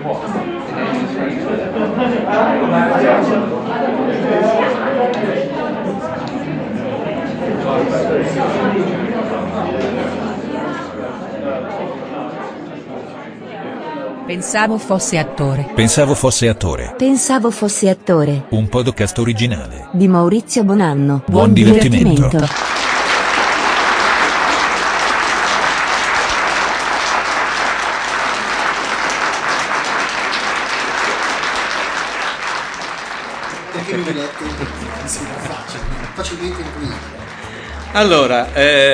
Pensavo fosse attore. Pensavo fosse attore. Pensavo fosse attore. Un podcast originale Di Maurizio Bonanno. Buon divertimento. Perché mi letto facilmente intuibile. Allora,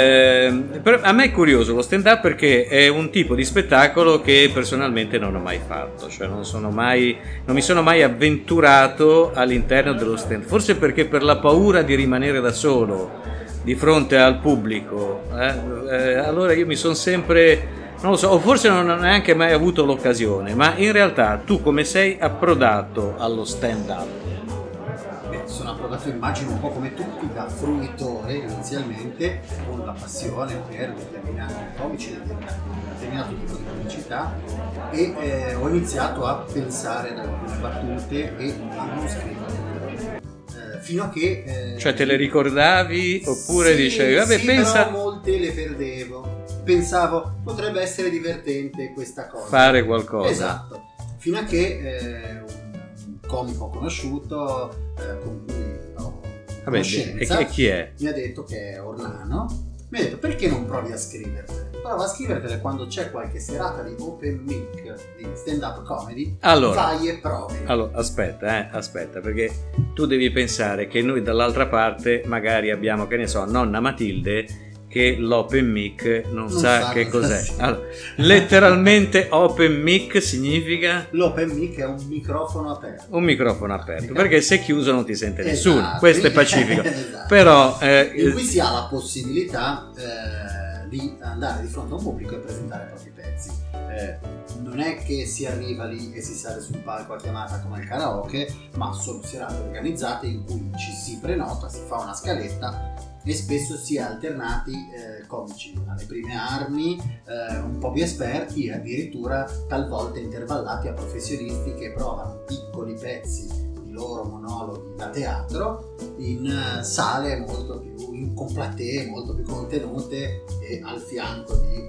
a me è curioso lo stand-up perché è un tipo di spettacolo che personalmente non ho mai fatto, cioè non mi sono mai avventurato all'interno dello stand-up, forse perché per la paura di rimanere da solo di fronte al pubblico, allora io mi sono sempre, non lo so, o forse non ho neanche mai avuto l'occasione, ma in realtà tu come sei approdato allo stand-up? Sono approdato, immagino, un po' come tutti, da fruitore inizialmente, con la passione per determinati comici, determinato tipo di comicità, e ho iniziato a pensare ad alcune battute e a non scrivere. Fino a che... cioè te le ricordavi oppure sì, dicevi, vabbè, sì, pensa... però molte le perdevo. Pensavo, potrebbe essere divertente questa cosa. Fare qualcosa. Esatto. Fino a che... comico conosciuto con cui ho conoscenza, e chi è? mi ha detto che è Orlano, mi ha detto perché non provi a scrivertele? Prova a scrivertele quando c'è qualche serata di open mic di stand up comedy, vai e provi. Allora aspetta, perché tu devi pensare che noi dall'altra parte magari abbiamo, che ne so, nonna Matilde che l'open mic non sa che cos'è. Allora, letteralmente open mic significa? L'open mic è un microfono aperto. Un microfono aperto, perché se chiuso non ti sente nessuno, Esatto. questo è pacifico. Esatto. Però in cui si ha la possibilità di andare di fronte a un pubblico e presentare i propri pezzi. Non è che si arriva lì e si sale sul palco a chiamata come al karaoke, ma sono serate organizzate in cui ci si prenota, si fa una scaletta e spesso si è alternati comici alle prime armi, un po' più esperti e addirittura talvolta intervallati a professionisti che provano piccoli pezzi di loro monologhi da teatro in sale molto più, in complatè molto più contenute e al fianco di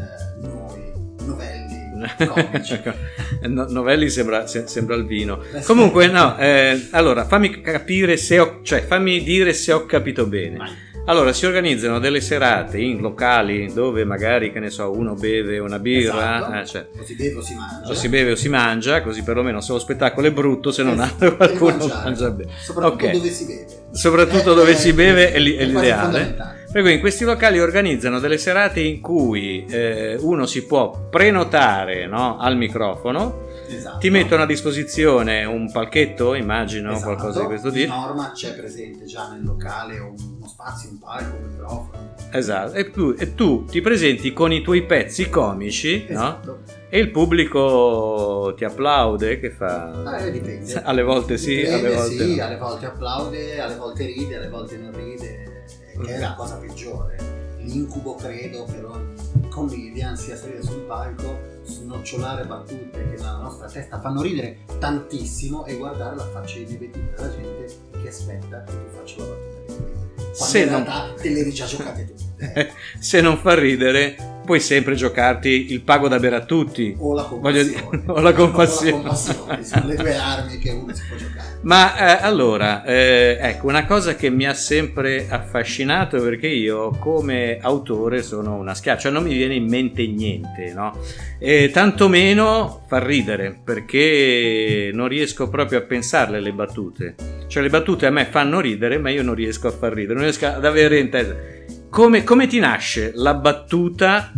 noi novelli comici. Novelli sembra il vino. Comunque no, allora fammi capire fammi dire se ho capito bene. Vai. Allora, si organizzano delle serate in locali dove magari, che ne so, uno beve una birra, esatto. O si beve o si mangia. O si beve o si mangia, così perlomeno se lo spettacolo è brutto, se non altro qualcuno mangia bene. Soprattutto dove si beve. Soprattutto dove si beve è l'ideale. Per cui in questi locali organizzano delle serate in cui uno si può prenotare, no, al microfono. Esatto. Ti mettono a disposizione un palchetto, immagino, esatto. Qualcosa di questo tipo. Di norma c'è presente già nel locale uno spazio, un palco, un microfono. Esatto, e tu ti presenti con i tuoi pezzi comici, esatto. No? E il pubblico ti applaude, che fa? Dipende. Alle volte sì, alle volte sì, no. alle volte applaude, alle volte ride, alle volte non ride, che è la cosa peggiore. L'incubo, credo, per ogni comedian sia salire sul palco, snocciolare battute che nella nostra testa fanno ridere tantissimo e guardare la faccia inebetita della gente che aspetta che tu faccia la battuta che ride. Quando in realtà te le già giocate tutte. Se non fa ridere, puoi sempre giocarti il pago da bere a tutti. O la compassione. O la compassione. Sono le due armi che uno si può giocare. Ma allora, ecco, una cosa che mi ha sempre affascinato, perché io come autore sono una schiaccia, cioè non mi viene in mente niente, no? E tantomeno far ridere, perché non riesco proprio a pensarle le battute. Cioè le battute a me fanno ridere, ma io non riesco a far ridere, non riesco ad avere in testa. Come ti nasce la battuta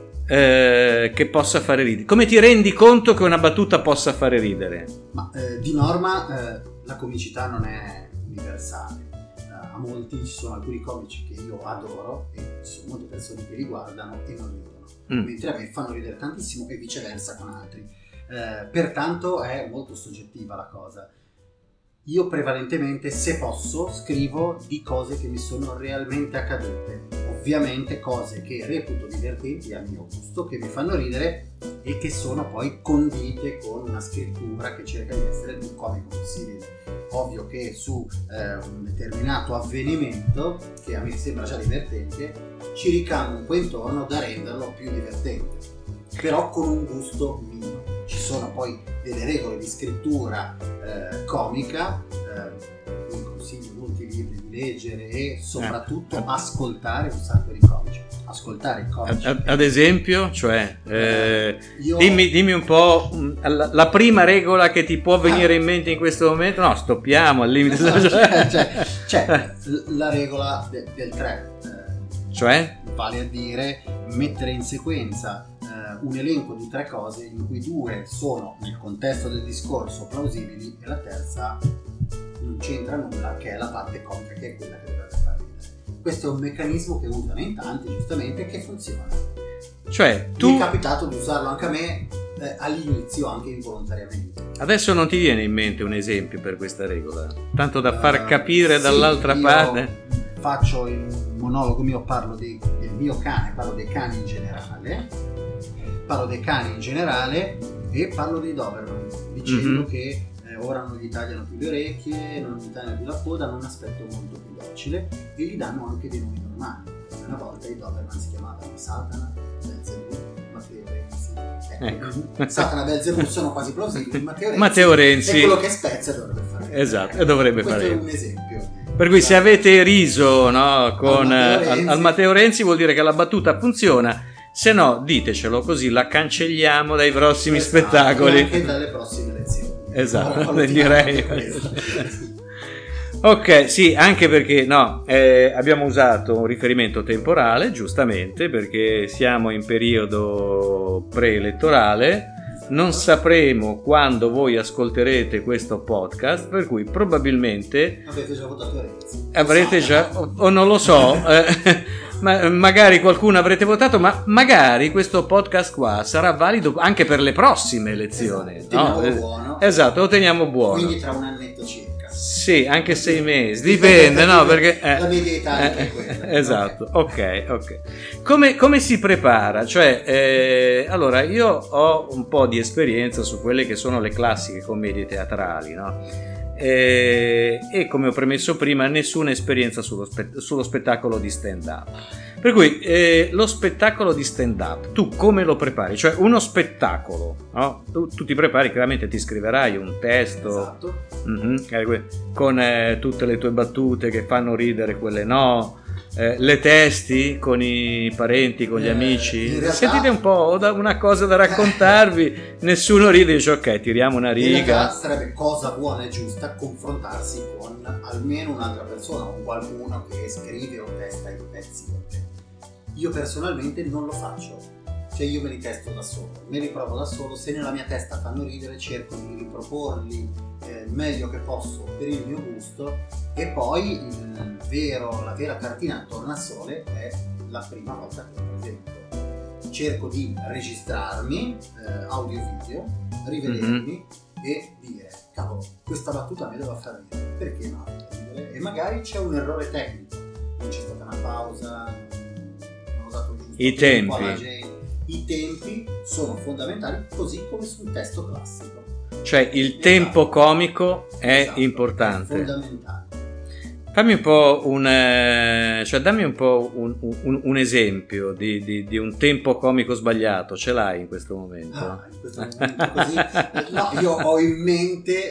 che possa fare ridere? Come ti rendi conto che una battuta possa fare ridere? Ma di norma la comicità non è universale. A molti ci sono alcuni comici che io adoro e ci sono molte persone che li guardano e non ridono, mentre a me fanno ridere tantissimo e viceversa con altri. Pertanto è molto soggettiva la cosa. io prevalentemente, se posso, scrivo di cose che mi sono realmente accadute. Ovviamente cose che reputo divertenti a mio gusto, che mi fanno ridere e che sono poi condite con una scrittura che cerca di essere il più comico possibile. Ovvio che su un determinato avvenimento, che a me sembra già divertente, ci ricamo un po' intorno da renderlo più divertente, però con un gusto mio. Ci sono poi delle regole di scrittura comica, vi consiglio molti libri di leggere e soprattutto ascoltare un sacco di comici. Ascoltare i comici. Ad esempio, cioè, dimmi un po' la prima regola che ti può venire in mente in questo momento. No, stoppiamo al limite. C'è la regola del 3. Cioè? Vale a dire mettere in sequenza un elenco di 3 cose in cui 2 sono nel contesto del discorso plausibili e la terza non c'entra nulla, che è la parte comica, che è quella che dovrebbe far ridere. Questo è un meccanismo che usano in tanti, giustamente, che funziona. Cioè, Mi è capitato di usarlo anche a me all'inizio, anche involontariamente. Adesso non ti viene in mente un esempio per questa regola? Tanto da far capire dall'altra parte. Faccio il monologo mio, parlo del mio cane, parlo dei cani in generale, e parlo dei Doberman, dicendo che ora non gli tagliano più le orecchie, non gli tagliano più la coda, hanno un aspetto molto più docile e gli danno anche dei nomi normali. Una volta i Doberman si chiamavano Satana, Belzebù, Matteo Renzi. Satana e Belzebù sono quasi plausibili, Matteo Renzi è quello che Spezia dovrebbe fare. Esatto, dovrebbe Questo fare. È un esempio. Per cui se avete riso, no, con al Matteo Renzi vuol dire che la battuta funziona, se no ditecelo, così la cancelliamo dai prossimi spettacoli. E anche dalle prossime lezioni. Esatto, direi. Ok, sì, anche perché abbiamo usato un riferimento temporale, giustamente, perché siamo in periodo preelettorale. Non sapremo quando voi ascolterete questo podcast, per cui probabilmente avete già votato Renzi. Avrete già, o non lo so, magari qualcuno avrete votato, ma magari questo podcast qua sarà valido anche per le prossime elezioni. Esatto, teniamo buono. Esatto, lo teniamo buono. Quindi tra un annetto circa. Sì, anche 6 mesi, dipende, no? Perché la media età è quella. Esatto, ok. Come si prepara? Cioè, allora, io ho un po' di esperienza su quelle che sono le classiche commedie teatrali, no? E come ho premesso prima, nessuna esperienza sullo spettacolo di stand-up. Per cui lo spettacolo di stand-up, tu come lo prepari? Cioè uno spettacolo, no? Tu ti prepari, chiaramente ti scriverai un testo, esatto. Con tutte le tue battute che fanno ridere, quelle no, le testi con i parenti, con gli amici. Realtà, sentite un po', ho una cosa da raccontarvi, nessuno ride, dice ok, tiriamo una riga. In realtà sarebbe cosa buona e giusta confrontarsi con almeno un'altra persona, con qualcuno che scrive o testa i pezzi con te. Io personalmente non lo faccio, cioè io me li testo da solo, me li provo da solo, se nella mia testa fanno ridere cerco di riproporli il meglio che posso per il mio gusto, e poi la vera cartina al tornasole è la prima volta che lo presento. Cerco di registrarmi audio-video, rivedermi e dire cavolo, questa battuta mi doveva far ridere, perché no? E magari c'è un errore tecnico, non c'è stata una pausa, non ho dato il giusto tempo alla gente. I tempi sono fondamentali, così come su un testo classico. Cioè il tempo comico è importante. È fondamentale. Fammi un po' dammi un po' un esempio di un tempo comico sbagliato. Ce l'hai in questo momento? In questo momento così. No, io ho in mente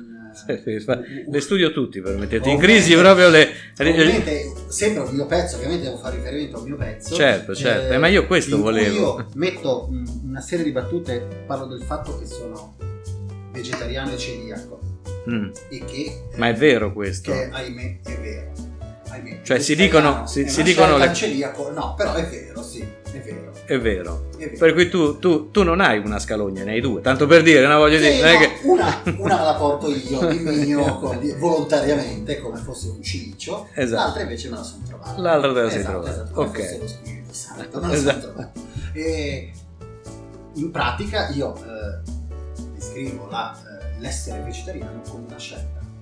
le studio tutti per metterti in crisi proprio ovviamente sempre un mio pezzo, ovviamente devo fare riferimento al mio pezzo. Certo, ma io questo volevo. Io metto una serie di battute, parlo del fatto che sono vegetariano e celiaco. E che ma è vero questo? Che ahimè è vero. Cioè si dicono le celiaco, no, però è vero, sì, è vero. Per cui tu non hai una scalogna, ne hai 2, tanto per dire, no, voglio dire, non è che una me la porto io di mio volontariamente come fosse un cilicio, esatto. L'altra invece me la sono trovata. L'altra te la sei trovata. Esatto, ok. Fosse lo Spirito Santo, me la sono trovata. E in pratica io descrivo l'essere vegetariano come una scelta.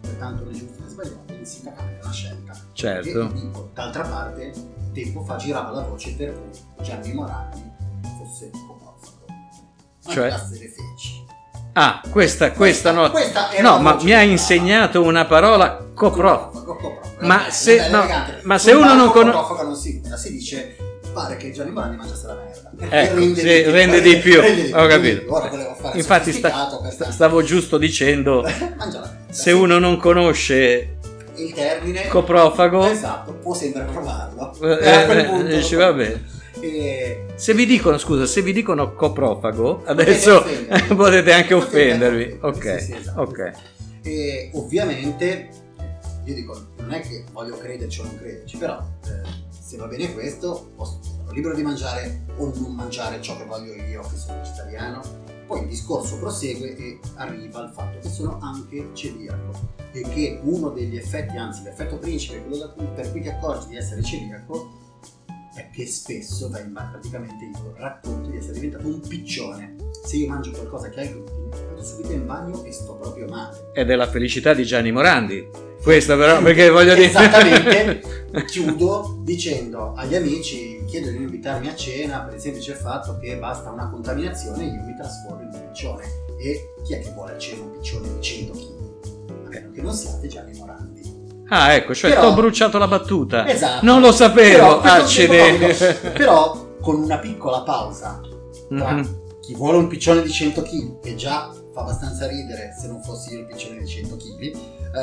altrettanto né giusto né sbagliato, il sindacato è una scelta. Certo. E dico, d'altra parte, tempo fa girava la voce per cui Gianni Morandi fosse coprofago. Cioè? Mangiasse le feci. Ah, questa no. Questa era No, la ma voce mi ha che insegnato una parola coprofago. Coprofago. Ma Vabbè, se- vabbè, no, elegante. ma se Sul uno non palco conosce... coprofago non si dice, pare che Gianni Morandi mangiasse la merda. Ecco, rende di più. Ho capito. Ora volevo fare Infatti sofisticato per stavo giusto dicendo, mangiala. se uno non conosce il termine coprofago, esatto, può sempre provarlo. A quel punto dici vabbè. Se vi dicono coprofago, adesso potete anche offendervi. Ok, sì, esatto. ok. E ovviamente io dico, non è che voglio crederci o non crederci, però se va bene questo, sono libero di mangiare o non mangiare ciò che voglio io, che sono vegetariano. Poi il discorso prosegue e arriva al fatto che sono anche celiaco e che uno degli effetti, anzi l'effetto principe, quello per cui ti accorgi di essere celiaco, è che spesso praticamente io racconto di essere diventato un piccione. Se io mangio qualcosa che ha il glutine, vado subito in bagno e sto proprio male. Ed è la felicità di Gianni Morandi. Questa però, perché voglio dire... Esattamente. Chiudo dicendo agli amici, chiedo di invitarmi a cena per il semplice fatto che basta una contaminazione e io mi trasformo in un piccione. E chi è che vuole a cena un piccione di 100 kg? A meno che non siate Gianni Morandi. Ah, ecco, cioè Però- ti ho bruciato la battuta. Esatto. Non lo sapevo. Però, Accidenti. però con una piccola pausa tra Mhm. chi vuole un piccione di 100 kg, che già fa abbastanza ridere se non fossi io il piccione di 100 kg,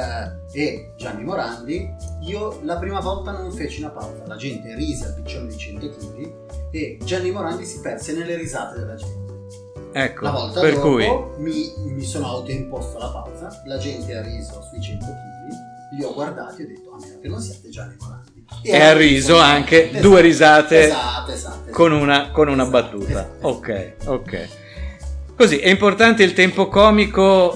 e Gianni Morandi, io la prima volta non feci una pausa. La gente rise al piccione di 100 kg e Gianni Morandi si perse nelle risate della gente. Ecco, La volta per dopo cui... mi sono autoimposto la pausa, la gente ha riso sui 100 kg, li ho guardati e ho detto, a meno che non siate Gianni Morandi. E ha riso anche Esatto, due risate esatto. con una Esatto, battuta. esatto. Ok. Così, è importante il tempo comico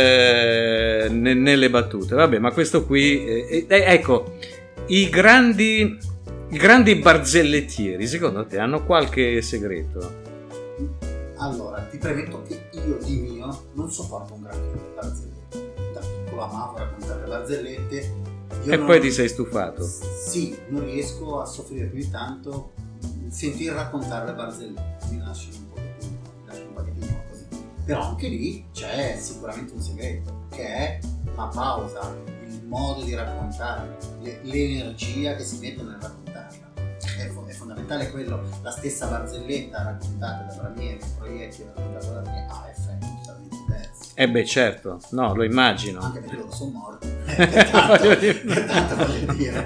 nelle battute. Vabbè, ma questo qui... ecco, i grandi barzellettieri, secondo te, hanno qualche segreto? Allora, ti premetto che io di mio non sopporto un granché di barzellette. Da piccolo amavo raccontare le barzellette. E poi ti sei stufato? Sì, non riesco a soffrire più di tanto sentir raccontare le barzellette. Mi lasciano un pochettino così. Però anche lì c'è sicuramente un segreto, che è la pausa, il modo di raccontare, l'energia che si mette nel raccontarla. È fondamentale quello. La stessa barzelletta raccontata da Bramieri, proietti raccontata da Bramieri ha effetti totalmente diversi. Beh, certo, no, lo immagino. Anche perché loro sono morti. Pertanto voglio dire.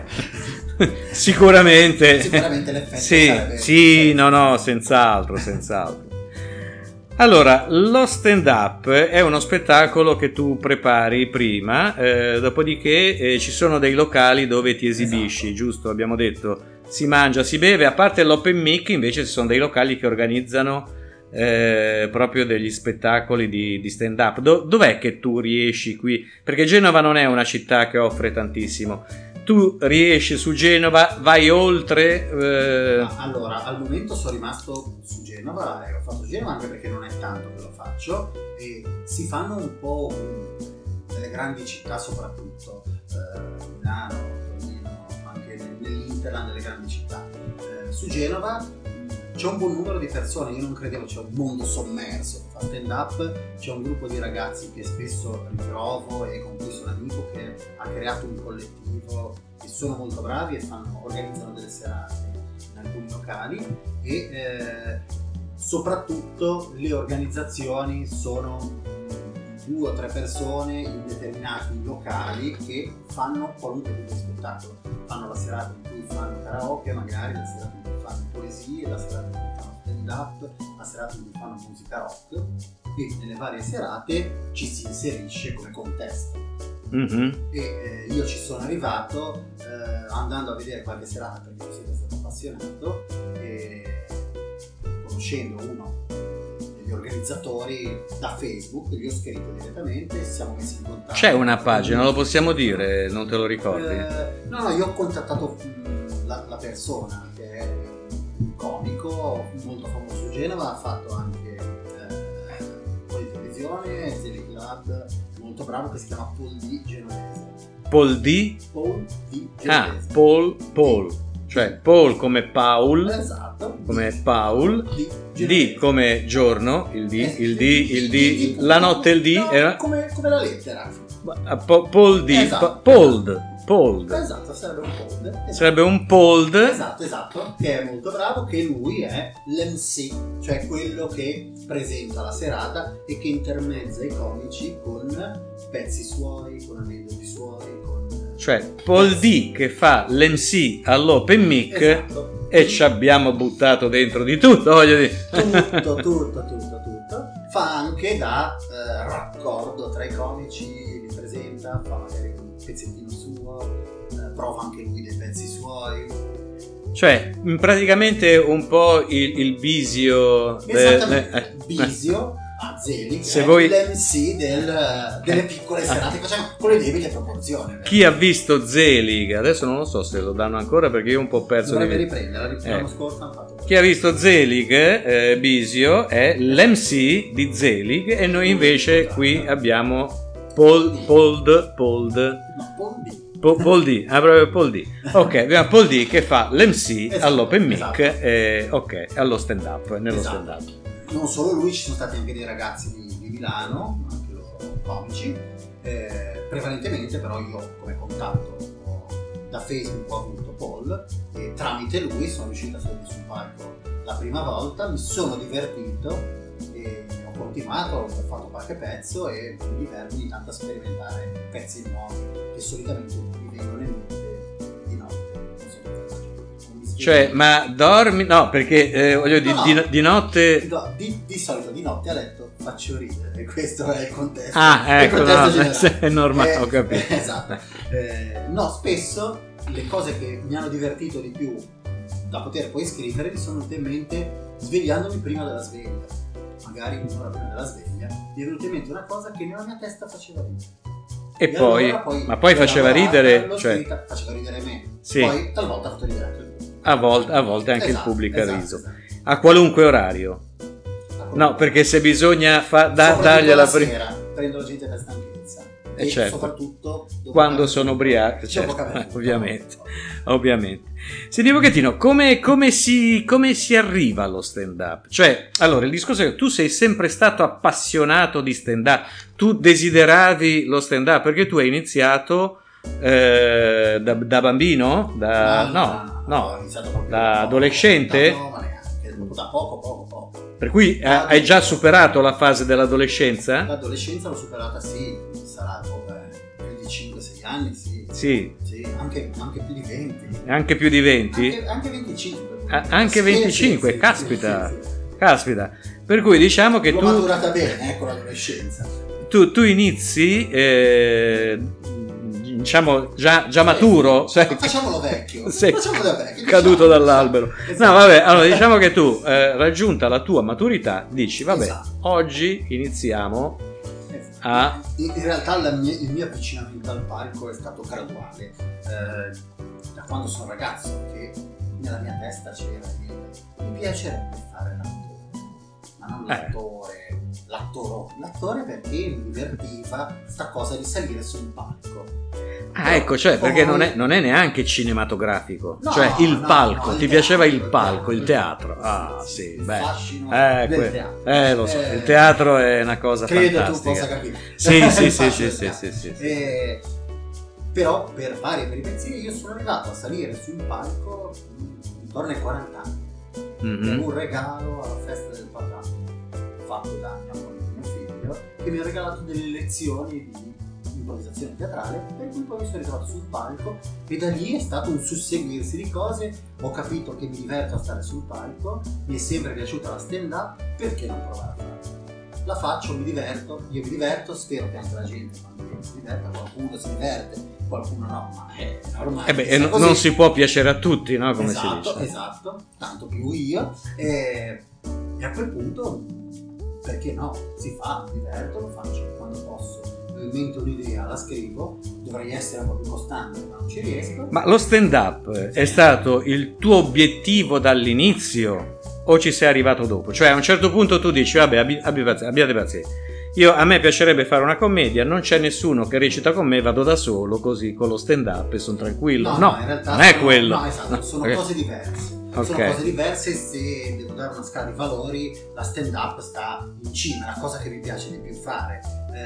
Sicuramente l'effetto sì, no, senz'altro. Allora, lo stand-up è uno spettacolo che tu prepari prima, dopodiché ci sono dei locali dove ti esibisci, Esatto. giusto? Abbiamo detto, si mangia, si beve, a parte l'open mic invece ci sono dei locali che organizzano proprio degli spettacoli di stand-up. Dov'è che tu riesci qui? Perché Genova non è una città che offre tantissimo. Tu riesci su Genova, vai oltre? Allora, al momento sono rimasto su Genova e ho fatto Genova anche perché non è tanto che lo faccio e si fanno un po' nelle grandi città, soprattutto Milano, Torino, anche nell'Interland delle grandi città. Su Genova c'è un buon numero di persone, io non credevo c'è un mondo sommerso che fa stand up, c'è un gruppo di ragazzi che spesso ritrovo e con cui sono amico che ha creato un collettivo e sono molto bravi e organizzano delle serate in alcuni locali e soprattutto le organizzazioni sono 2 o 3 persone in determinati locali che fanno qualunque tipo di spettacolo. Fanno la serata in cui fanno karaoke, magari la serata in cui fanno poesie, la serata in cui fanno stand up, la serata in cui fanno musica rock e nelle varie serate ci si inserisce come contesto. Mm-hmm. E io ci sono arrivato andando a vedere qualche serata perché sono sempre stato appassionato e conoscendo uno degli organizzatori da Facebook gli ho scritto direttamente, siamo messi in contatto. C'è una pagina, lo possiamo dire, non te lo ricordi? No, io ho contattato la persona che è un comico molto famoso a Genova, ha fatto anche un po' di televisione, Zelig Club, molto molto bravo che si chiama Paul D. Genovese. Paul D. Paul D. Ah, Genovese. Paul. Cioè Paul come Paul, Esatto. come Paul, D. D Genovese. come giorno, il D, la notte il D no, era come la lettera. Paul D. Esatto. Pold. Esatto, sarebbe un Pold. Esatto. Sarebbe un Pold. Esatto, che è molto bravo, che lui è l'MC, cioè quello che presenta la serata e che intermezza i comici con pezzi suoi, con aneddoti suoi, con... Cioè Paul D che fa l'MC all'open mic. Esatto. E ci abbiamo buttato dentro di tutto, voglio dire. Tutto. Fa anche da raccordo tra i comici, li presenta, fa magari un pezzettino suo, prova anche lui dei pezzi suoi. Cioè, praticamente un po' il Bisio. Esattamente, Bisio a Zelig, se è voi... l'MC delle piccole serate, facciamo con le debite proporzioni. Chi ha visto Zelig, adesso non lo so se lo danno ancora perché io ho un po' perso dovrebbe di riprenderla, l'anno scorso hanno fatto. Chi ha visto Zelig, Bisio, è l'MC di Zelig e noi invece qui abbiamo Paul D. Paul D. Proprio Paul D. Ok, abbiamo Paul D che fa l'MC Esatto, all'open mic, esatto. Ok, allo stand up, nello Esatto. stand up. Non solo lui, ci sono stati anche dei ragazzi di Milano, anche loro comici, prevalentemente però io come contatto da Facebook ho avuto Paul e tramite lui sono riuscito a salire sul palco la prima volta, mi sono divertito e ho continuato, ho fatto qualche pezzo e mi diverto ogni tanto a sperimentare pezzi nuovi che solitamente mi vengono in mente di notte. Non so perché. Cioè, ma dormi? No, perché voglio dire, No. di notte... No, di solito di notte a letto faccio ridere, questo è il contesto. Ah, ecco, il contesto no, generale. è normale, ho capito. Esatto. No, spesso le cose che mi hanno divertito di più da poter poi scrivere mi sono venute in mente svegliandomi prima della sveglia. Magari un'ora prima della sveglia mi è venuta in mente una cosa che nella mia testa faceva ridere. E poi, allora ma poi faceva ridere, cioè, faceva ridere me. Sì. Poi talvolta ha fatto ridere anche il pubblico. a volte anche il Esatto, pubblico ha esatto, riso. esatto. A qualunque orario. No, perché se bisogna dargliela la sera prendo la gente per stanchezza e certo. soprattutto dopo quando che- sono ubriaco, dopo certo, che avrei ovviamente. Senti un pochettino, come si arriva allo stand up? Cioè, allora, il discorso è che tu sei sempre stato appassionato di stand up, tu desideravi lo stand up perché tu hai iniziato da bambino? No, ho iniziato proprio da adolescente? No, ma neanche, proprio da poco. Per cui hai già superato la fase dell'adolescenza? L'adolescenza l'ho superata, sì, sarà più di 5-6 anni, sì. Sì, Anche più di 20. anche più di 20? Anche 25. Anche Sì, 25, sì, caspita. sì. Caspita, per cui diciamo che L'ho tu maturata bene, ecco l'adolescenza. tu inizi diciamo già maturo, sai, Facciamolo vecchio. sei Facciamolo da vecchio. caduto dall'albero. Esatto. No, vabbè, allora diciamo che tu raggiunta la tua maturità dici vabbè, Esatto. oggi iniziamo a In realtà il mio avvicinamento al palco è stato graduale. Da quando sono ragazzo, che nella mia testa c'era mi piacerebbe fare l'attore, ma non l'attore perché mi divertiva sta cosa di salire sul palco. ecco, cioè perché Poi- non è neanche cinematografico, No, cioè il no, palco, no, ti il piaceva teatro, il palco, il teatro. Ah, Sì, sì, il beh. fascino del teatro. Lo so, il teatro è una cosa Credo fantastica. tu possa capire. Sì, Il sì, fascino sì, del sì, teatro. sì, sì. Però per varie peripezie io sono arrivato a salire sul palco intorno ai 40 anni. Mhm. Per un regalo alla festa del papà fatto da mio figlio, che mi ha regalato delle lezioni di improvvisazione teatrale, per cui poi mi sono ritrovato sul palco e da lì è stato un susseguirsi di cose. Ho capito che mi diverto a stare sul palco, mi è sempre piaciuta la stand up, perché non provare a farla? La faccio, mi diverto, io mi diverto, spero che anche la gente quando si diverta, qualcuno si diverte, qualcuno no, ma è normale. E non si può piacere a tutti, no? Come si dice. Esatto, tanto più io. E a quel punto, perché no? Si fa, mi diverto, lo faccio quando posso. Mi invento un'idea, la scrivo, dovrei essere un po' più costante, ma non ci riesco. Ma lo stand up è stato il tuo obiettivo dall'inizio o ci sei arrivato dopo? Cioè a un certo punto tu dici vabbè abbiate pazienza, A me piacerebbe fare una commedia, non c'è nessuno che recita con me, vado da solo così con lo stand up e sono tranquillo. No, in realtà non è quello. No, esatto, sono Okay. cose diverse. Ok. Sono cose diverse. Se devo dare una scala di valori, la stand up sta in cima, è la cosa che mi piace di più fare.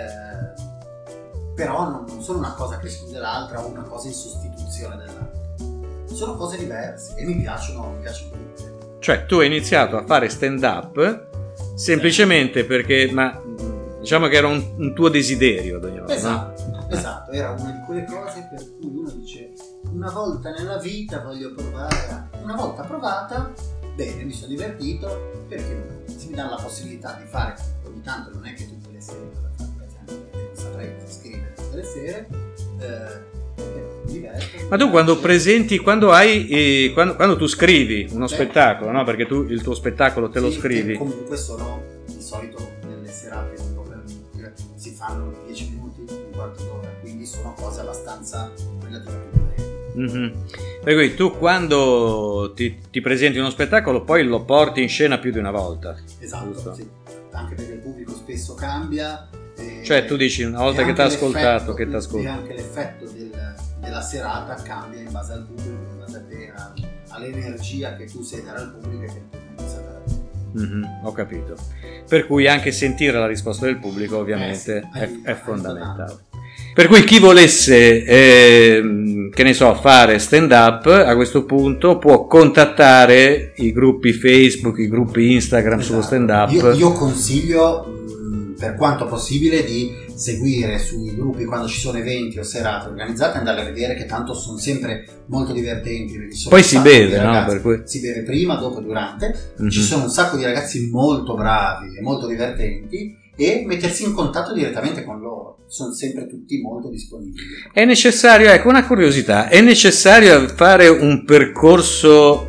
Però non sono una cosa che esclude l'altra o una cosa in sostituzione dell'altra. Sono cose diverse e mi piacciono tutte. Cioè, tu hai iniziato a fare stand up semplicemente perché, diciamo che era un tuo desiderio, Daniele, no? Esatto, era una di quelle cose per cui uno dice: una volta nella vita voglio provare, una volta provata, bene, mi sono divertito, perché non si mi dà la possibilità di fare ogni tanto, non è che tutte le sere non saprei scrivere tutte le sere, mi diverto. Ma tu quando presenti, quando tu scrivi uno spettacolo, no? Perché tu il tuo spettacolo te lo scrivi. Comunque sono di solito nelle serate si fanno 10 minuti, un quarto d'ora, quindi sono cose abbastanza relativamente brevi. Mm-hmm. Per cui tu quando ti presenti uno spettacolo poi lo porti in scena più di una volta. Esatto, giusto? sì. Anche perché il pubblico spesso cambia. Cioè tu dici una volta che ti ha ascoltato, che ti ascolta. E anche l'effetto della serata cambia in base al pubblico, in base a te, all'energia che tu sai dare al pubblico e che il pubblico sa dare a te. Mm-hmm, ho capito. Per cui anche sentire la risposta del pubblico ovviamente è fondamentale. Per cui chi volesse, che ne so, fare stand up a questo punto può contattare i gruppi Facebook, i gruppi Instagram sullo stand up. Io consiglio, per quanto possibile, di seguire sui gruppi quando ci sono eventi o serate organizzate, andare a vedere, che tanto sono sempre molto divertenti. Poi si beve, no? Per cui... Si beve prima, dopo e durante. Mm-hmm. Ci sono un sacco di ragazzi molto bravi e molto divertenti, e mettersi in contatto direttamente con loro. Sono sempre tutti molto disponibili. È necessario, ecco una curiosità, è necessario fare un percorso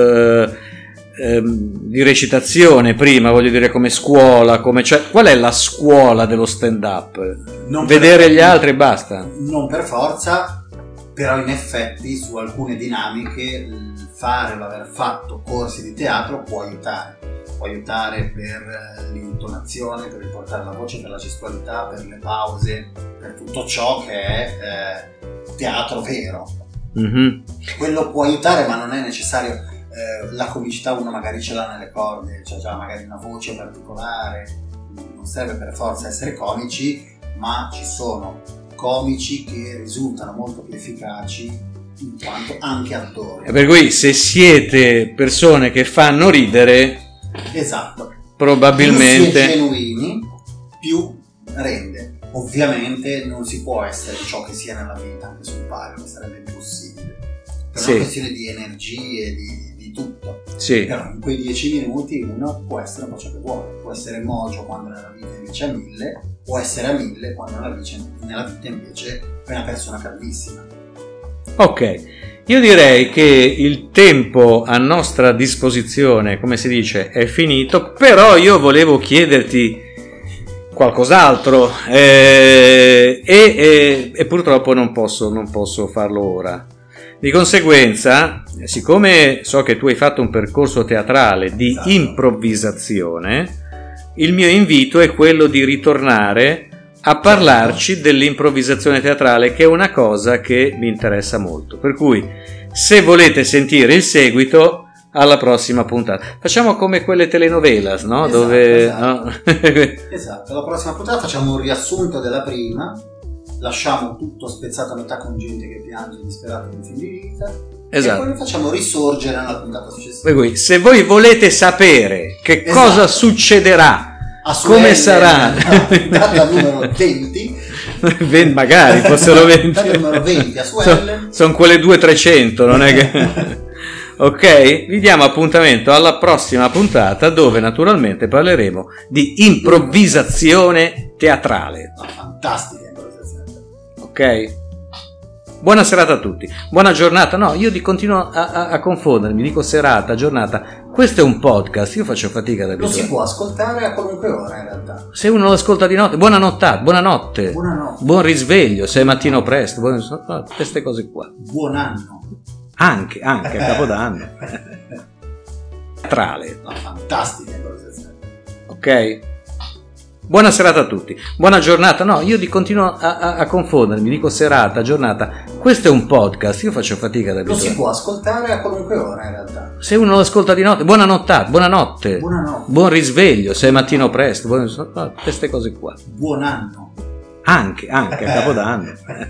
di recitazione prima, voglio dire, come scuola, cioè, qual è la scuola dello stand up? Vedere gli altri e basta? Non per forza, però in effetti su alcune dinamiche il fare o l'aver fatto corsi di teatro può aiutare per l'intonazione, per riportare la voce, per la gestualità, per le pause, per tutto ciò che è teatro vero. Mm-hmm. Quello può aiutare, ma non è necessario. La comicità uno magari ce l'ha nelle corde, c'è già magari una voce particolare, non serve per forza essere comici, ma ci sono comici che risultano molto più efficaci in quanto anche attori. E per cui se siete persone che fanno ridere, esatto, probabilmente più si è genuini, più rende. Ovviamente non si può essere ciò che si è nella vita anche sul palco, sarebbe impossibile. Per una questione di energie, di tutto. Sì. Però in quei 10 minuti uno può essere un po' ciò che vuole, può essere mogio quando nella vita invece è a 1000, può essere a 1000 quando nella vita invece è una persona caldissima. Ok, io direi che il tempo a nostra disposizione, come si dice, è finito, però io volevo chiederti qualcos'altro e purtroppo non posso farlo ora. Di conseguenza, siccome so che tu hai fatto un percorso teatrale di improvvisazione, il mio invito è quello di ritornare a parlarci dell'improvvisazione teatrale, che è una cosa che mi interessa molto. Per cui, se volete sentire il seguito, alla prossima puntata. Facciamo come quelle telenovelas, no? Esatto, alla prossima puntata facciamo un riassunto della prima. Lasciamo tutto spezzato a metà con gente che piange disperata in fin di vita. Esatto. E poi lo facciamo risorgere nella puntata successiva. Per cui, se voi volete sapere che cosa succederà, come sarà la puntata numero 20, magari fossero 20, numero 20 a Suellen, sono quelle 200-300, non è che ok? Vi diamo appuntamento alla prossima puntata, dove naturalmente parleremo di improvvisazione teatrale. Fantastica. Ok? Buona serata a tutti. Buona giornata. No, io continuo a confondermi. Dico serata, giornata. Questo è un podcast. Io faccio fatica ad abituare. Lo si può ascoltare a qualunque ora in realtà. Se uno lo ascolta di notte, buonanotte. Buonanotte. Buon risveglio, se è mattino presto. Queste cose qua. Buon anno. Anche a Capodanno. Teatrale. Fantastica improvisazione. Ok? Buona serata a tutti, buona giornata. No, io continuo a confondermi, dico serata, giornata. Questo è un podcast, io faccio fatica ad Lo abituare. si può ascoltare a qualunque ora in realtà. Se uno lo ascolta di notte, buonanotte, Buonanotte. buon risveglio, se è mattino presto, queste cose qua. Buon anno. Anche a Capodanno.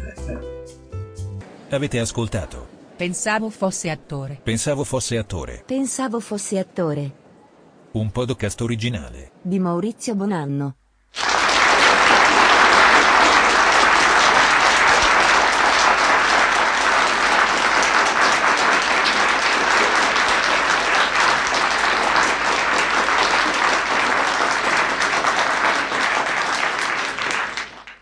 Avete ascoltato? Pensavo fosse attore. Pensavo fosse attore. Pensavo fossi attore. Un podcast originale. Di Maurizio Bonanno.